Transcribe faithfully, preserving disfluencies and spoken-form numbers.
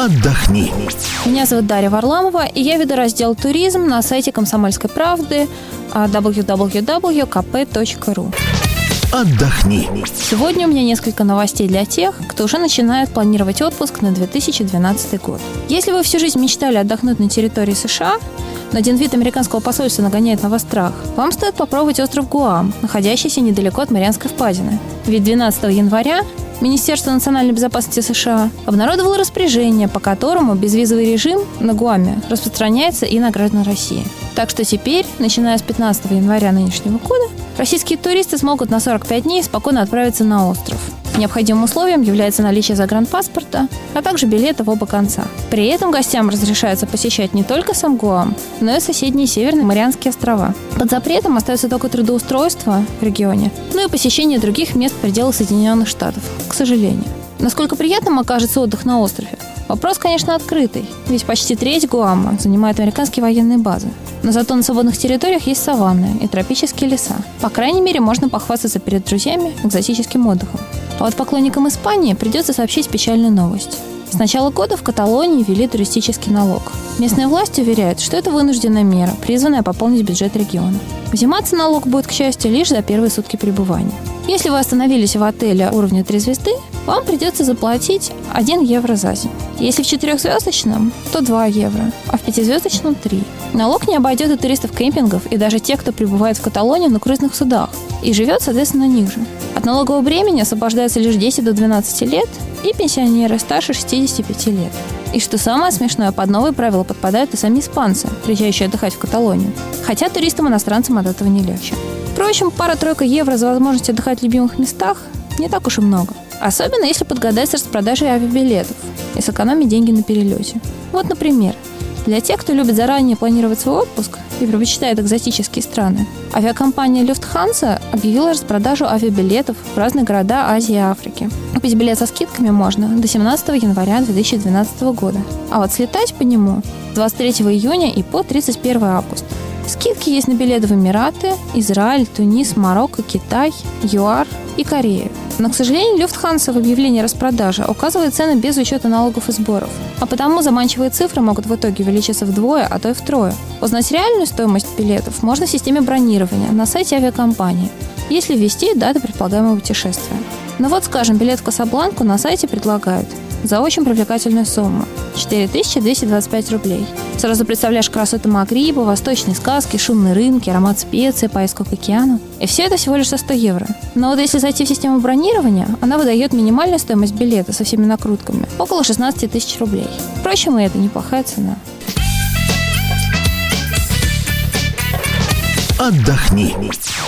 Отдохни. Меня зовут Дарья Варламова, и я веду раздел «Туризм» на сайте «Комсомольской правды» дабл ю дабл ю дабл ю точка ка пэ точка ру. Отдохни. Сегодня у меня несколько новостей для тех, кто уже начинает планировать отпуск на две тысячи двенадцатый год. Если вы всю жизнь мечтали отдохнуть на территории США, но один вид американского посольства нагоняет на вас страх, вам стоит попробовать остров Гуам, находящийся недалеко от Марианской впадины. Ведь двенадцатого января Министерство национальной безопасности США обнародовало распоряжение, по которому безвизовый режим на Гуаме распространяется и на граждан России. Так что теперь, начиная с пятнадцатого января нынешнего года, российские туристы смогут на сорок пять дней спокойно отправиться на остров. Необходимым условием является наличие загранпаспорта, а также билета в оба конца. При этом гостям разрешается посещать не только сам Гуам, но и соседние северные Марианские острова. Под запретом остается только трудоустройство в регионе, ну и посещение других мест в пределах Соединенных Штатов, к сожалению. Насколько приятным окажется отдых на острове? Вопрос, конечно, открытый, ведь почти треть Гуама занимают американские военные базы. Но зато на свободных территориях есть саванны и тропические леса. По крайней мере, можно похвастаться перед друзьями экзотическим отдыхом. А вот поклонникам Испании придется сообщить печальную новость. С начала года в Каталонии ввели туристический налог. Местные власти уверяют, что это вынужденная мера, призванная пополнить бюджет региона. Взиматься налог будет, к счастью, лишь за первые сутки пребывания. Если вы остановились в отеле уровня три звезды, вам придется заплатить один евро за день. Если в четырехзвездочном, то два евро, а в пятизвездочном – три. Налог не обойдет и туристов кемпингов, и даже тех, кто прибывает в Каталонию на круизных судах и живет, соответственно, ниже. От налогового бремени освобождаются лишь десять до двенадцати лет и пенсионеры старше шестидесяти пяти лет. И что самое смешное, под новые правила подпадают и сами испанцы, приезжающие отдыхать в Каталонию. Хотя туристам-иностранцам от этого не легче. Впрочем, пара-тройка евро за возможность отдыхать в любимых местах не так уж и много. Особенно если подгадать с распродажей авиабилетов и сэкономить деньги на перелете. Вот, например, для тех, кто любит заранее планировать свой отпуск и предпочитает экзотические страны, авиакомпания Lufthansa объявила распродажу авиабилетов в разные города Азии и Африки. Купить билет со скидками можно до семнадцатого января две тысячи двенадцатого года, а вот слетать по нему с двадцать третьего июня и по тридцать первого августа. Скидки есть на билеты в Эмираты, Израиль, Тунис, Марокко, Китай, ЮАР и Корею. Но, к сожалению, Люфтханса в объявлении распродажи указывает цены без учета налогов и сборов, а потому заманчивые цифры могут в итоге увеличиться вдвое, а то и втрое. Узнать реальную стоимость билетов можно в системе бронирования на сайте авиакомпании, если ввести дату предполагаемого путешествия. Но вот, скажем, билет в Касабланку на сайте предлагают за очень привлекательную сумму – четыре тысячи двести двадцать пять рублей. Сразу представляешь красоты Магриба, восточные сказки, шумные рынки, аромат специй, поездку к океану. И все это всего лишь за сто евро. Но вот если зайти в систему бронирования, она выдает минимальную стоимость билета со всеми накрутками – около шестнадцать тысяч рублей. Впрочем, и это неплохая цена. Отдохни.